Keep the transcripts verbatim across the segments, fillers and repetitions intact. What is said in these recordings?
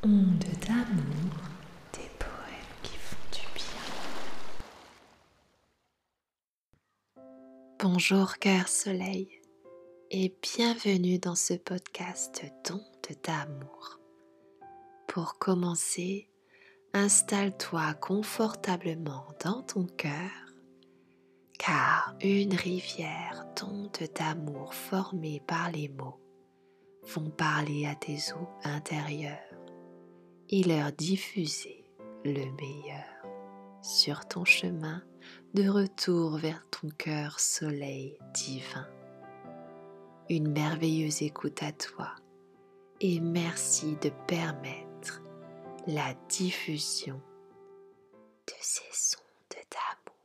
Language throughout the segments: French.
Onde d'amour, des poèmes qui font du bien. Bonjour cœur soleil et bienvenue dans ce podcast d'Onde d'amour. Pour commencer, installe-toi confortablement dans ton cœur car une rivière d'ondes d'amour formées par les mots vont parler à tes eaux intérieures et leur diffuser le meilleur sur ton chemin de retour vers ton cœur soleil divin. Une merveilleuse écoute à toi et merci de permettre la diffusion de ces ondes d'amour.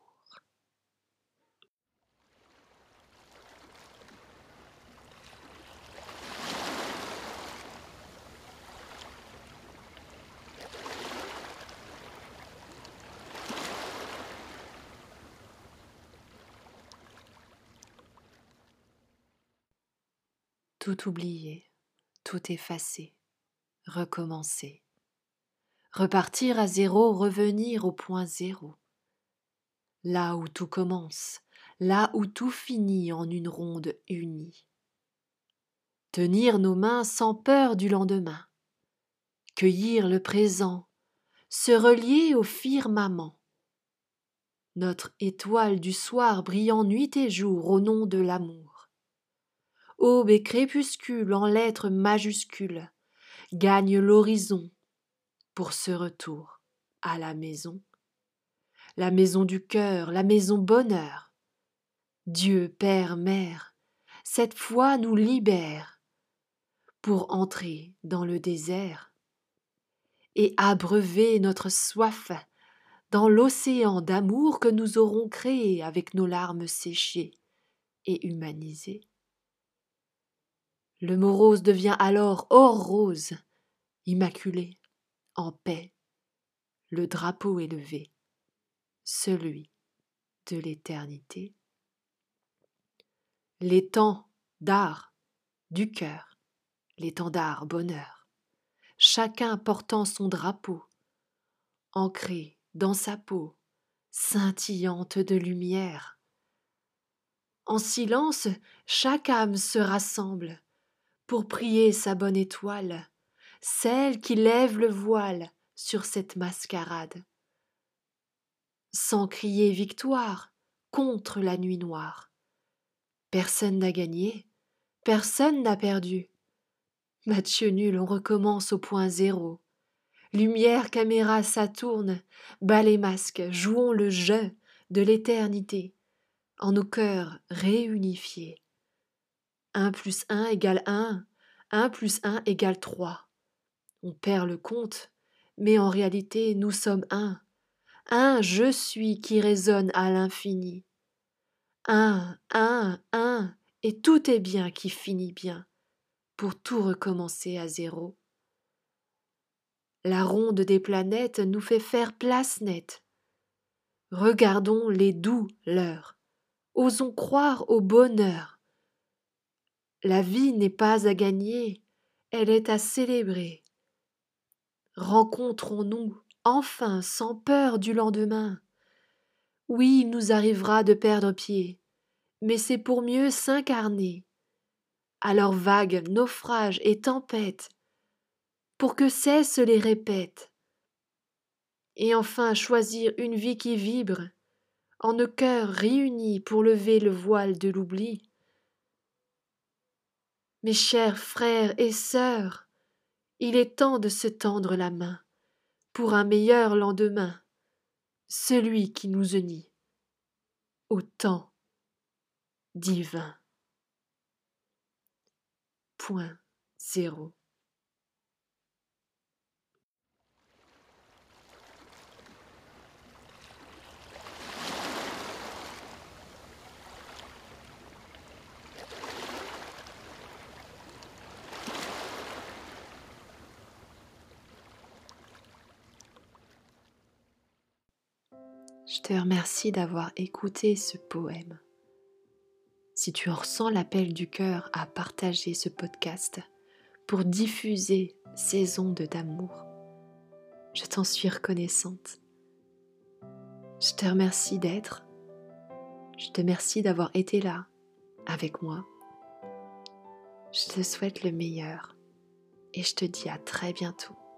Tout oublier, tout effacer, recommencer. Repartir à zéro, revenir au point zéro. Là où tout commence, là où tout finit en une ronde unie. Tenir nos mains sans peur du lendemain. Cueillir le présent, se relier au firmament. Notre étoile du soir brillant nuit et jour au nom de l'amour. Aube et crépuscule en lettres majuscules gagnent l'horizon pour ce retour à la maison. La maison du cœur, la maison bonheur. Dieu, Père, Mère, cette fois nous libère pour entrer dans le désert et abreuver notre soif dans l'océan d'amour que nous aurons créé avec nos larmes séchées et humanisées. Le morose devient alors or rose, immaculé, en paix, le drapeau élevé, celui de l'éternité. L'étendard du cœur, l'étendard bonheur, chacun portant son drapeau, ancré dans sa peau, scintillante de lumière. En silence, chaque âme se rassemble pour prier sa bonne étoile, celle qui lève le voile sur cette mascarade. Sans crier victoire contre la nuit noire. Personne n'a gagné, personne n'a perdu. Match nul, on recommence au point zéro. Lumière, caméra, ça tourne, balai masque, jouons le jeu de l'éternité, en nos cœurs réunifiés. Un plus un égale un, un plus un égale trois. On perd le compte, mais en réalité nous sommes un. Un je suis qui résonne à l'infini. Un, un, un, et tout est bien qui finit bien, pour tout recommencer à zéro. La ronde des planètes nous fait faire place nette. Regardons les doux leurs, osons croire au bonheur. La vie n'est pas à gagner, elle est à célébrer. Rencontrons-nous enfin sans peur du lendemain. Oui, il nous arrivera de perdre pied, mais c'est pour mieux s'incarner. Alors vagues, naufrages et tempêtes, pour que cessent les répètes, et enfin choisir une vie qui vibre, en nos cœurs réunis pour lever le voile de l'oubli. Mes chers frères et sœurs, il est temps de se tendre la main pour un meilleur lendemain, celui qui nous unit au temps divin. Point zéro. Je te remercie d'avoir écouté ce poème. Si tu en ressens l'appel du cœur à partager ce podcast pour diffuser ces ondes d'amour, Je t'en suis reconnaissante. Je te remercie d'être. Je te remercie d'avoir été là avec moi. Je te souhaite le meilleur et je te dis à très bientôt.